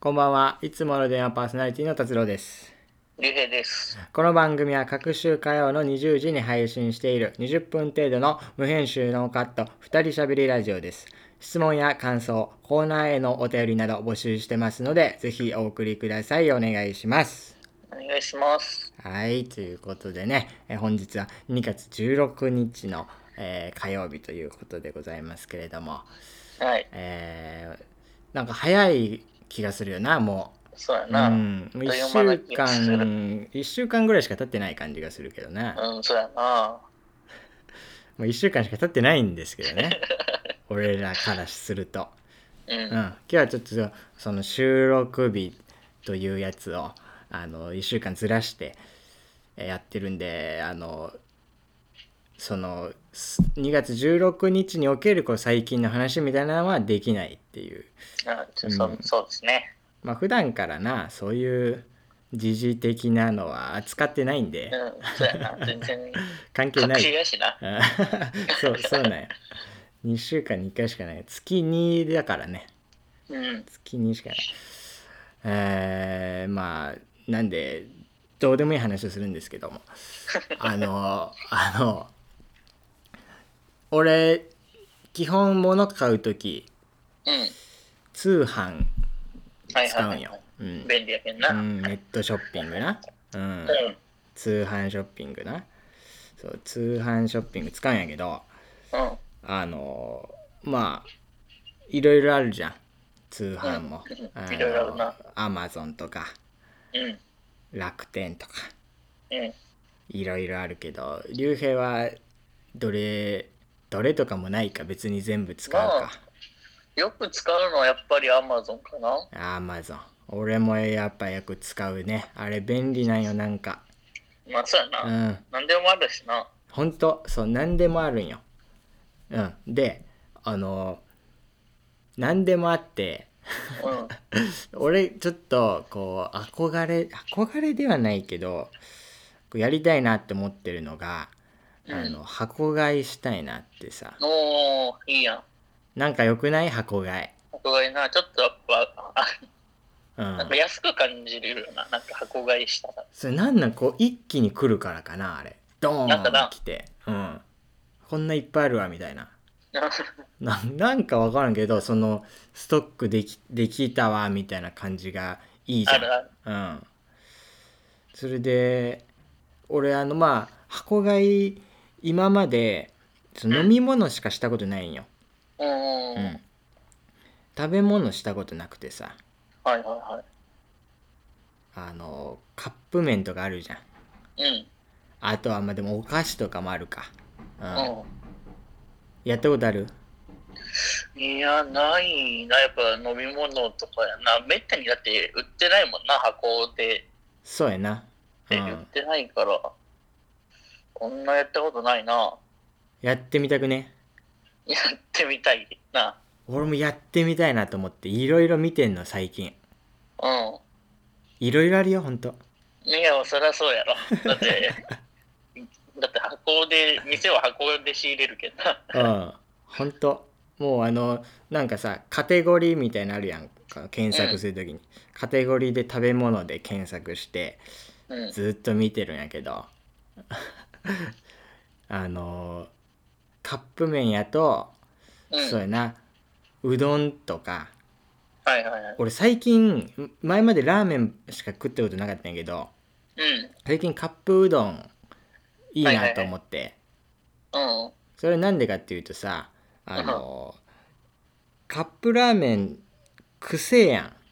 こんばんは。いつもの電話パーソナリティの達郎です。 竜兵です。 この番組は各週火曜の20時に配信している20分程度の無編集のカット2人しゃべりラジオです。質問や感想、コーナーへのお便りなど募集してますので、ぜひお送りください。お願いします。 お願いします。 はい、ということでね、本日は2月16日の、火曜日ということでございますけれども、 はい。 なんか早い気がするよな、もう。 そうやな。 もう1 という間な週気がする。 間、1週間ぐらいしか経ってない感じがするけどな。 そうやな。 もう1週間しか経ってないんですけどね。俺らからすると。今日はちょっとその収録日というやつを、1週間ずらしてやってるんで、その2月16日における最近の話みたいなのはできないっていう。 そうですね。 まあ普段からな、そういう時事的なのは扱ってないんで、 そうやな。全然、 関係ない。 隠しやしな。 そうなんや。2週間に1回しかない。月2だからね。月2しかない。まあ、なんで、どうでもいい話をするんですけども。俺、基本物買うとき、通販使うんよ。 便利やけんな。 ネットショッピングな。通販ショッピングな。そう、通販ショッピング使うんやけど、まあ、いろいろあるじゃん。通販も。 いろいろあるな。 アマゾンとか、楽天とか、いろいろあるけど、竜兵はどれとかもないか、別に全部使うか。 よく使うのはやっぱり Amazon かな。 Amazon。俺もやっぱよく使うね。あれ便利なんよ、なんか。 まあそうやな。なんでもあるしな。 ほんと、そう、なんでもあるんよ。で、なんでもあって、俺ちょっと憧れではないけどやりたいなって思ってるのが、箱買いしたいなってさ。 いいやん。 なんかよくない？箱買い。 箱買いな、ちょっとやっぱなんか安く感じるよな。なんか箱買いしたら。 それなん一気に来るからかな、あれ。ドーン来て。こんないっぱいあるわみたいな。なんか分からんけど、そのストックできたわみたいな感じがいいじゃん。それで俺まあ箱買い今まで飲み物しかしたことないんよ。食べ物したことなくてさ。カップ麺とかあるじゃん。あとはまあでもお菓子とかもあるか。やったことある？ いや、ないな。やっぱ飲み物とかやな。めったにだって売ってないもんな、箱で。 そうやな。 売ってないから、こんなやったことないな。 やってみたくね？ やってみたいな。 俺もやってみたいなと思っていろいろ見てんの最近。いろいろあるよ、ほんと。 いや、そりゃそうやろ。だって店は箱で仕入れるけどな。ほんと。もうなんかさ、カテゴリーみたいなのあるやんか、検索するときに。カテゴリーで食べ物で検索して、ずっと見てるんやけど、カップ麺やと、そうやな、うどんとか、俺最近、前までラーメンしか食ったことなかったんやけど、最近カップうどんいいなと思って、それなんでかっていうとさ、カップラーメンくせえやん。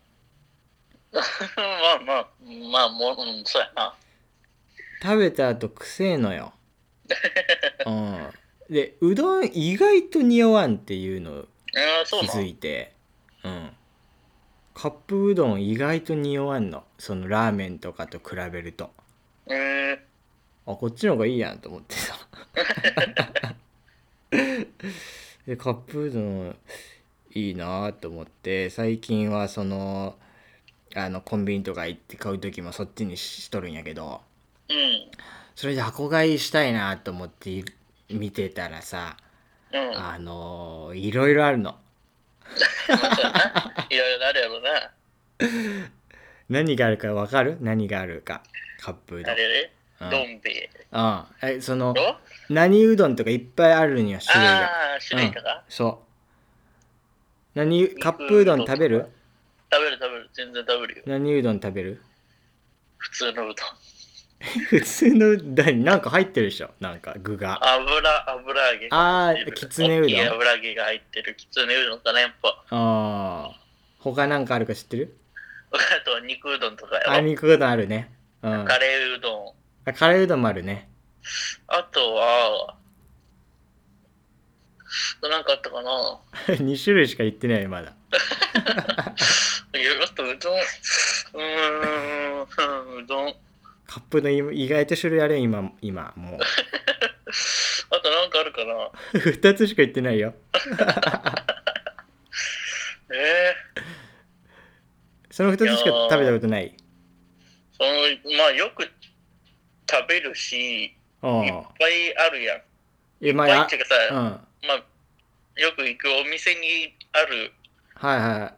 そうやな。 食べた後くせえのよ。で、うどん意外と匂わんっていうの気づいて、カップうどん意外と匂わんの。そのラーメンとかと比べると。こっちの方がいいやんと思ってさ。で、カップうどんいいなと思って、最近はコンビニとか行って買う時もそっちにしとるんやけど、それで箱買いしたいなと思って見てたらさ、いろいろあるの。 いろいろあるやろな。 何があるか分かる？何があるか。カップうどん。 あれね、 うん。 どん兵衛。 ああ、その、 よ何うどんとかいっぱいあるには種類が。 ああ、 うん。 種類とかそう。カッ肉プうどんうどんとか。 食べる？ 食べる食べる。全然食べるよ。 何うどん食べる？ 普通のうどん。 普通のうどん、なんか入ってるでしょ、なんか具が。 油揚げが入っああ、きてる。 つねうどん。 大きい油揚げが入ってる。きつねうどんかな、やっぱ。 ああ。他なんかあるか知ってる？ あとは肉うどんとかやあ、 ろ。 肉うどんあるね。うん。 カレーうどん。 カレーうどんもあるね。 あとは、なんかあったかな。 2種類しか言ってないよ、まだ。 いや、あとうどん。うどん。 カップの意外と種類あるよ、今、もう。 あとなんかあるかな。 2つしか言ってないよ。 えそのい 2つしか食べたやー、 ことない。 まあよく食べるし、いっああ。 ぱいあるやん。いっまあ、 ぱいっていうかさ、 うん。 まあ、よく行くお店にあるはいはい。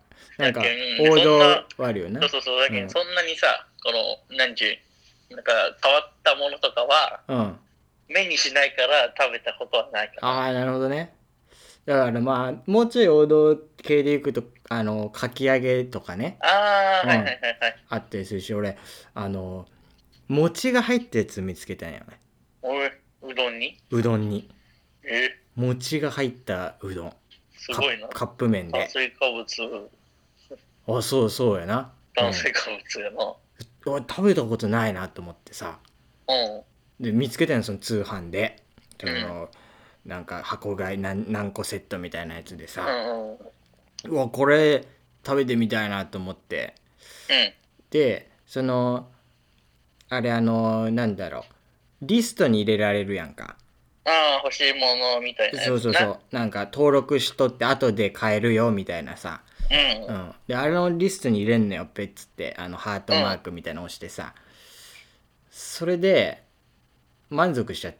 なんやか、 けん、 王道そんな、 はあるよな。 そうそうそう、だうん。 けん、そんなにさ、なんか変わったものとかは、 うん。 目にしないから食べたことはないかな。 ああ、なるほどね。だからまあ、もうちょい王道系でいくと、かき揚げとかね。 ああ、はいはいうん。 はいはい。 あったりするし、俺、餅が入ったやつ見つけたんよね。 おい、うどんにうどんに。 え、 餅が入ったうどん。 すごいな。 カップ麺で。 炭水化物、 あ、そうそうやな。うん。 炭水化物やな。 俺食べたことないなと思ってさ。 うん、 で、見つけたの、その通販で。そうん、 の、なんか箱買い何個セットみたいなやつでさ。 うん、うん、 うわ、これ食べてみたいなと思って。 うん。 で、あれなんだろう。リストに入れられるやんか。 ああ、欲しいものみたいなやそうそうそつな。 う。なんか登録しとって後で買えるよみたいなさ。 うん、 うん。で、あれのリストに入れんのよ、ペッツって。ハートマーうん。 クみたいなの押してさ。それで、満足しちゃって。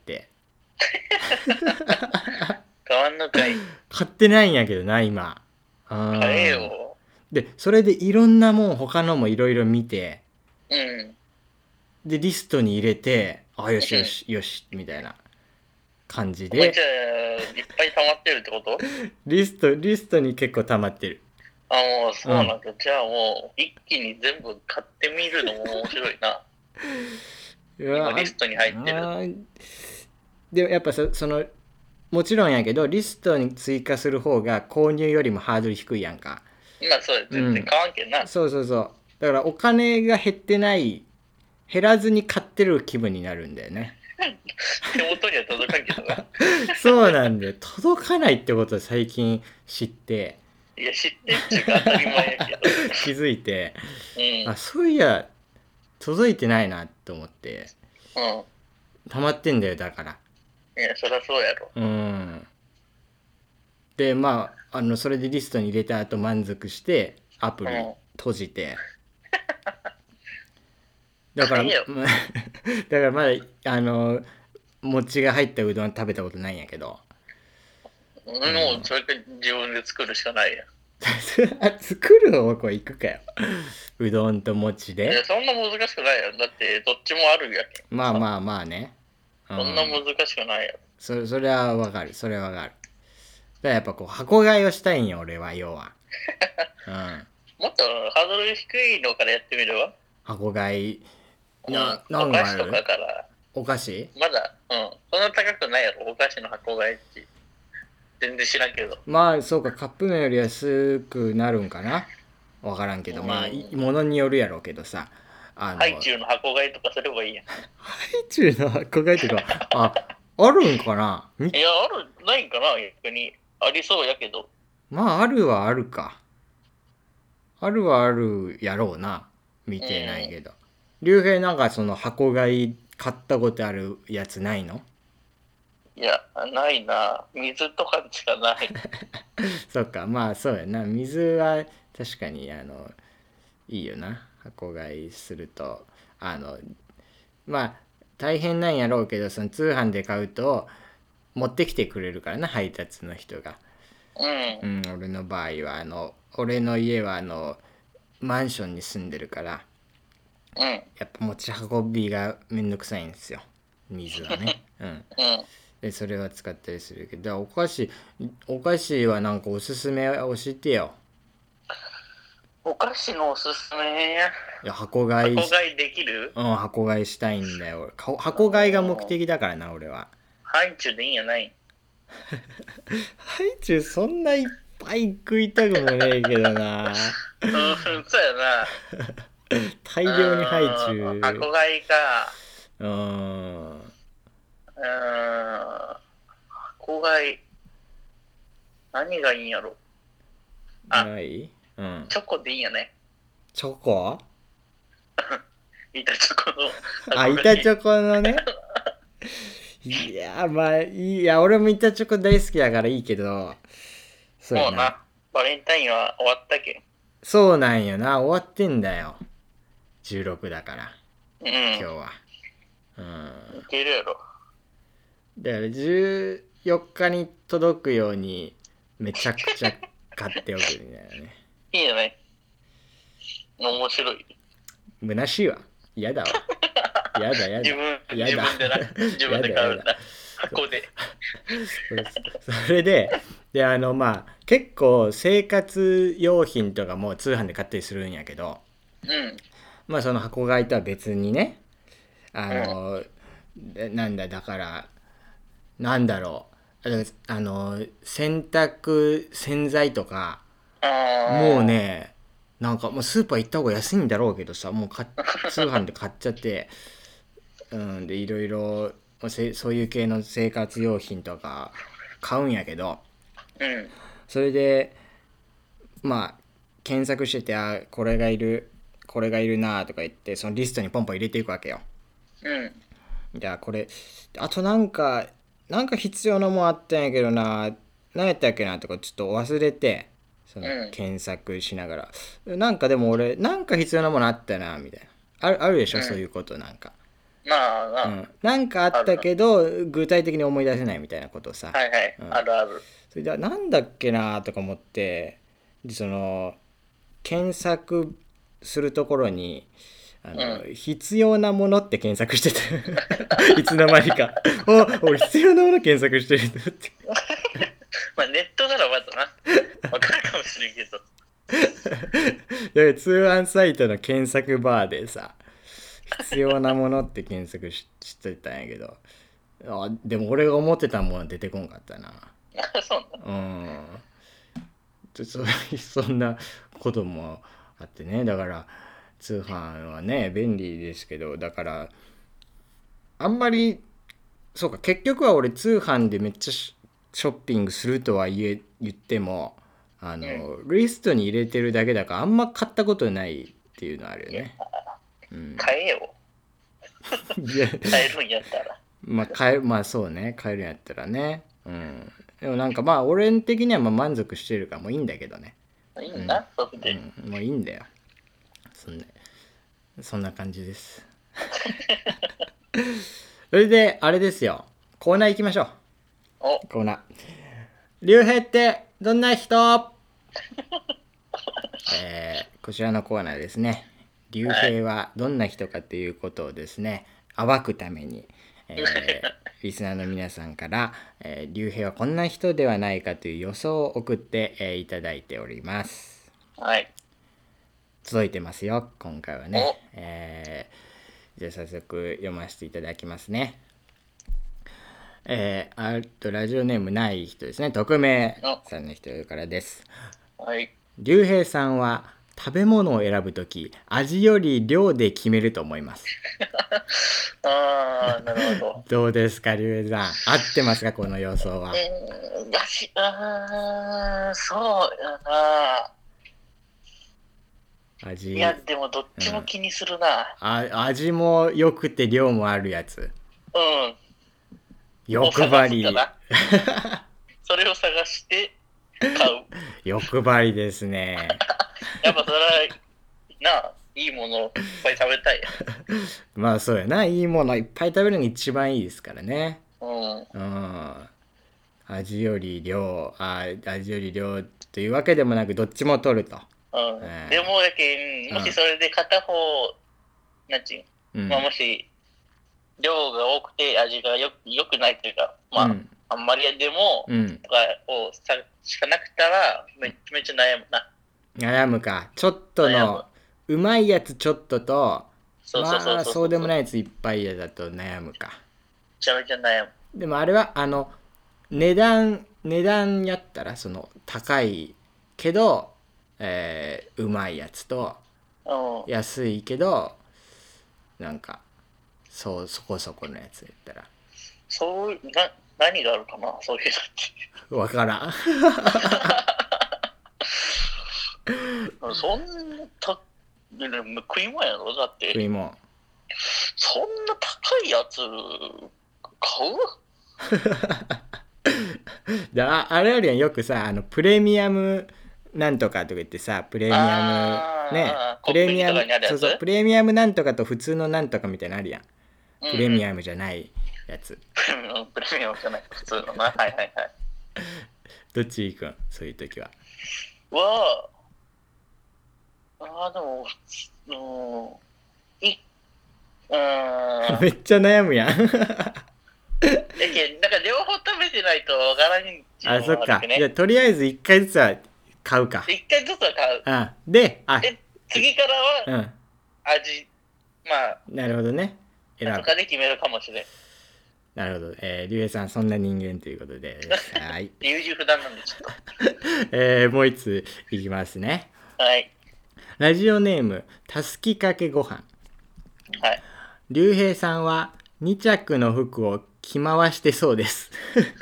変わんのかい。 買ってないんやけどな、今。う買えん。 よ。 で、それでいろんなもん、他のもいろいろ見て、 うん。 で、リストに入れて、あ、よしようん。 し、よし、みたいな感じお前じゃで、 あ、いっぱい溜まってるってこと？ リストに結構溜まってる。 あ、もうそううん。 なんだ。じゃあもう、一気に全部買ってみるのも面白いな。今うわリストに入ってる。 でもやっぱもちろんやけど、リストに追加する方が購入よりもハードル低いやんか。 まあそう、全然うん。 買わんけんな。 そうそうそう。だからお金が減ってない、減らずに買ってる気分になるんだよね。 手元には届かんけどな。 そうなんだよ。届かないってことを最近知って、 いや、知ってっちゅうか当たり前やけど。 気づいて、 うん。 あ、そういや、届いてないなと思って、 うん。 溜まってんだよ、だから。 いや、そりゃそうやろ。 うん。で、まあ、それでリストに入れた後満足して、アプリうん。 閉じて、だから、 買えよ。 だからまだ、餅が入ったうどん食べたことないんやけど、 もう、それか自分で作るしかないやん。 作る方向行くかよ。うどんと餅いや、 で。 そんな難しくないやん。だって、どっちもあるやけんさ。 まあまあまあね。うそんなん。 難しくないやん。 それはわかる。それはわかる。だからやっぱこう、箱買いをしたいんよ、俺は、要は。うん。 もっとハードル低いのからやってみれば。 箱買い、 うん。 なんかお菓子とある？ かから。 お菓子？ まだ、うん。そんな高くないやろ。お菓子の箱買いって。全然知らんけど。 まあ、そうか、カップ麺より安くなるんかな？わからんけうど、まあ、 ん。 ものによるやろうけどさ。 ハイチュウの箱買いとかすればいいやん。 ハイチュウの箱買いとか、あるんかな？ いや、ないんかな逆に。ありそうやけど。 まあ、あるはあるか。あるはあるやろうな。見うてないん。 けど。竜兵なんかその箱買い買ったことあるやつないの？ いや、ないな。水とかしかない。 そっか、まあそうやな。水は確かにいいよな。箱買いすると。まあ大変なんやろうけど、その通販で買うと持ってきてくれるからな、配達の人が。 うん。 うん、俺の場合は俺の家はマンションに住んでるから、 うん。 やっぱ持ち運びがめんどくさいんですよ、水はね。うん。 うん。 でそれは使ったりするけど、お菓子はなんかおすすめ教えてよ。 お菓子のおすすめ。 いや箱買い箱買いできる？ 箱買いしたいんだよ。箱買いが目的だからな俺は。 ハイチュウでいいんやない？ ハイチュウそんないっぱい食いたくもねえけどな。 うん、そうやな。 大量にハイチュウ。 箱買いか。箱買い。何がいいんやろ。 ない？うん。 チョコでいいんやね。 チョコ？ 板チョコの。 板チョコのね。いやまあいや俺も板チョコ大好きだからいいけど、 そうやな。もうな、バレンタインは終わったけん。 そうなんよな、終わってんだよ。16だから。 うん。 今日は。 いけるやろ。 だから14日に届くようにめちゃくちゃ買っておくんだよね。 いいよね。面白い。 虚しいわ。嫌だわ。やだ。 自分でな。自分で買うんだ。箱で。 それでまあ結構生活用品とかも通販で買ったりするんやけど、まあその箱買いとは別にね、だからなんだろう、洗濯洗剤とかもうね、なんかもうスーパー行った方が安いんだろうけどさ、もう通販で買っちゃってでいろいろそういう系の生活用品とか買うんやけど、それでまあ検索してて、これがいるなとか言ってそのリストにポンポン入れていくわけよ。じゃあこれあとなんか必要なもんあったんやけどな、何やったっけなとかちょっと忘れて、その検索しながら、なんかでも俺なんか必要なものあったなみたいな、あるでしょ、そういうことなんか。なんかあったけど具体的に思い出せないみたいなことさ。 あるある。 それでなんだっけなとか思って、でその検索するところに必要なものって検索してていつの間にか俺必要なもの検索してるってまあネットならまだな分かるかもしれんけど通販サイトの検索バーでさ、必要なものって検索してたんやけど、でも俺が思ってたものは出てこんかったな。 そうなそんなこともあってね。だから通販はね便利ですけど、だからあんまりそうか、結局は俺通販でめっちゃショッピングするとは言ってもリストに入れてるだけだからあんま買ったことないっていうのあるよね。 買えよ。買えるんやったら。 まあそうね、買えるんやったらね。でもなんかまあ俺的にはまあ満足してるからもういいんだけどね。 いいんだ、それで。 もういいんだよ。そんな感じです。それであれですよ、コーナー行きましょう。コーナー。竜兵ってどんな人？こちらのコーナーですね。竜兵はどんな人かということをですね、暴くために、リスナーの皆さんから、竜兵はこんな人ではないかという予想を送って、いただいております。 はい。 届いてますよ、今回はね。じゃあ早速読ませていただきますね。ラジオネームない人ですね。匿名さんの人からです。 はい。 竜兵さんは食べ物を選ぶとき味より量で決めると思います。 なるほど。 どうですか竜兵さん、合ってますかこの予想は。 そうやな。 味。 いやでもどっちも気にするな。 味も良くて量もあるやつ。欲張り。 それを探して買う。 欲張りですね。 やっぱそれはないいものをいっぱい食べたいや。 まあそうやな、いいものいっぱい食べるのが一番いいですからね。味より量というわけでもなくどっちも取ると。 でもやけん、もしそれで片方、なんちゅう、まあもし、量が多くて味がよくないというか、まあ、あんまりでも、とかをしかなくたら、めっちゃ悩むな。 悩むか。ちょっとの、うまいやつちょっとと、まあ、そうでもないやついっぱいやだと悩むか。めちゃめちゃ悩む。 でもあれは、値段やったら、その、高いけど、うまいやつと、安いけど、なんか、そこそこのやつやったら。 何があるかな、そういうのって。 わからん。 そんな食い物やろだって。 食い物。 そんな高いやつ買うあれよりはよくさ、プレミアムなんとかとか言ってさ、プレミアムね、プレミアム、そうプレミアムなんとかと普通のなんとかみたいなのあるやん。プレミアムじゃないやつ。 プレミアムじゃない普通のな。はいはいはい。 どっち行くん、そういう時は。 でもめっちゃ悩むやん。 だから両方食べてないとわからんじゃん。 そっか。じゃあとりあえず1回ずつは買うか。 1回ずつは買う。 で、 次からは味、まあなるほどね。 とかで決めるかもしれん。 なるほど。竜兵さんそんな人間ということで、はい。 優柔不断なんでちょっと。もう一ついきますね。 はい。 ラジオネームたすきかけごはん。 はい。 竜兵さんは2着の服を着回してそうです。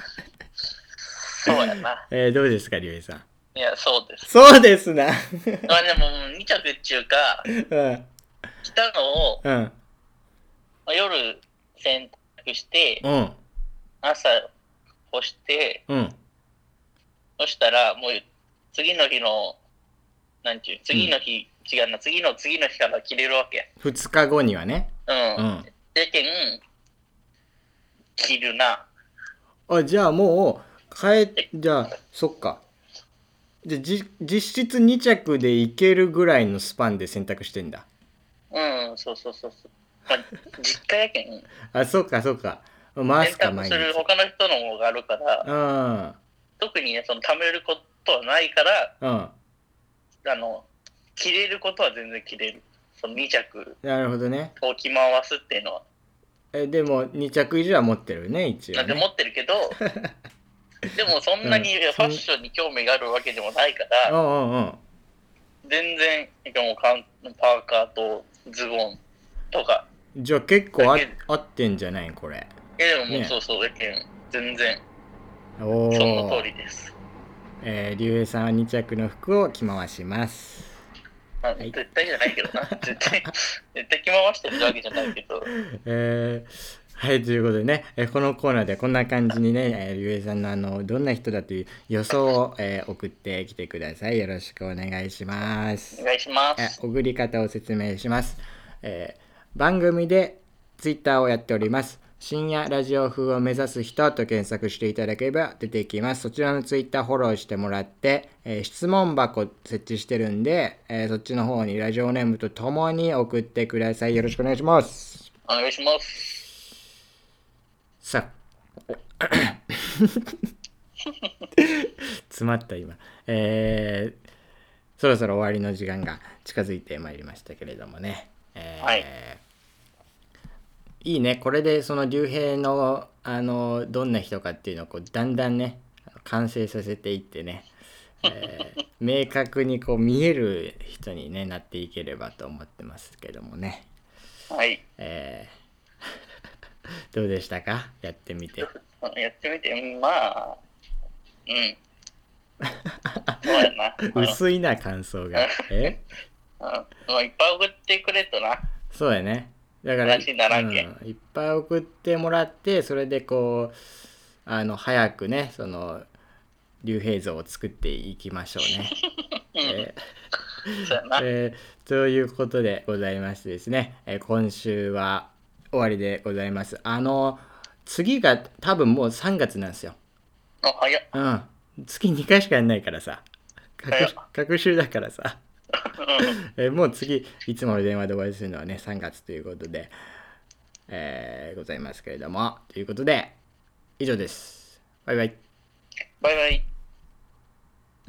そうやな。 どうですか竜兵さん。 いや、そうです。 そうですな。 まあでも2着っていうか、着たのを、夜洗濯して、朝干して、そしたらもう次の日の次の日、違うな、次の日から着れるわけ。 2日後にはね。 でけん着るな。 じゃあもうじゃあそっか。じゃあ実質2着でいけるぐらいのスパンで洗濯してんだ。 そう。まあ、実家やけん。 そっか。回すか毎日。 洗濯する他の人のものがあるから、特にね、その貯めることはないから、着れることは全然着れる。その2着なるほどね。 を着回すっていうのは。 でも2着以上は持ってるね、一応、ね。 なんで持ってるけど、でもそんなにファッションに興味があるわけでもないから、全然もうパーカーとズボンとか。 じゃあ結構合ってんじゃないこれ。 でももうそうだけん、全然その通りです。 竜兵さんは2着の服を着回します。 絶対じゃないけどな。絶対着回してるわけじゃないけど。 はい、ということでね、このコーナーではこんな感じにね、竜兵さんのどんな人だという予想を、送ってきてください。よろしくお願いします。 お願いします。 送り方を説明します。番組でツイッターをやっております。深夜ラジオ風を目指す人と検索していただければ出てきます。そちらのツイッターフォローしてもらって、質問箱設置してるんで、そっちの方にラジオネームとともに送ってください。よろしくお願いします。 お願いします。 さあ詰まった今、そろそろ終わりの時間が近づいてまいりましたけれどもね、 はい、 いいね。これでその竜兵のどんな人かっていうのをこうだんだんね完成させていってね、明確にこう見える人に、ね、なっていければと思ってますけどもね。 はい。 どうでしたか？やってみて。 まあ、そうやな。 薄いな感想が。いっぱい送ってくれとな。 そうやね。だから、いっぱい送ってもらって、それでこう早くねその竜兵像を作っていきましょうね。ということでございましてですね、今週は終わりでございます。次が多分もう3月なんですよ。 早っ。 月2回しかやんないからさ。隔週だからさ。 もう次いつもの電話でお会いするのはね3月ということで、ございますけれども、ということで以上です。バイバイ。 バイバイ。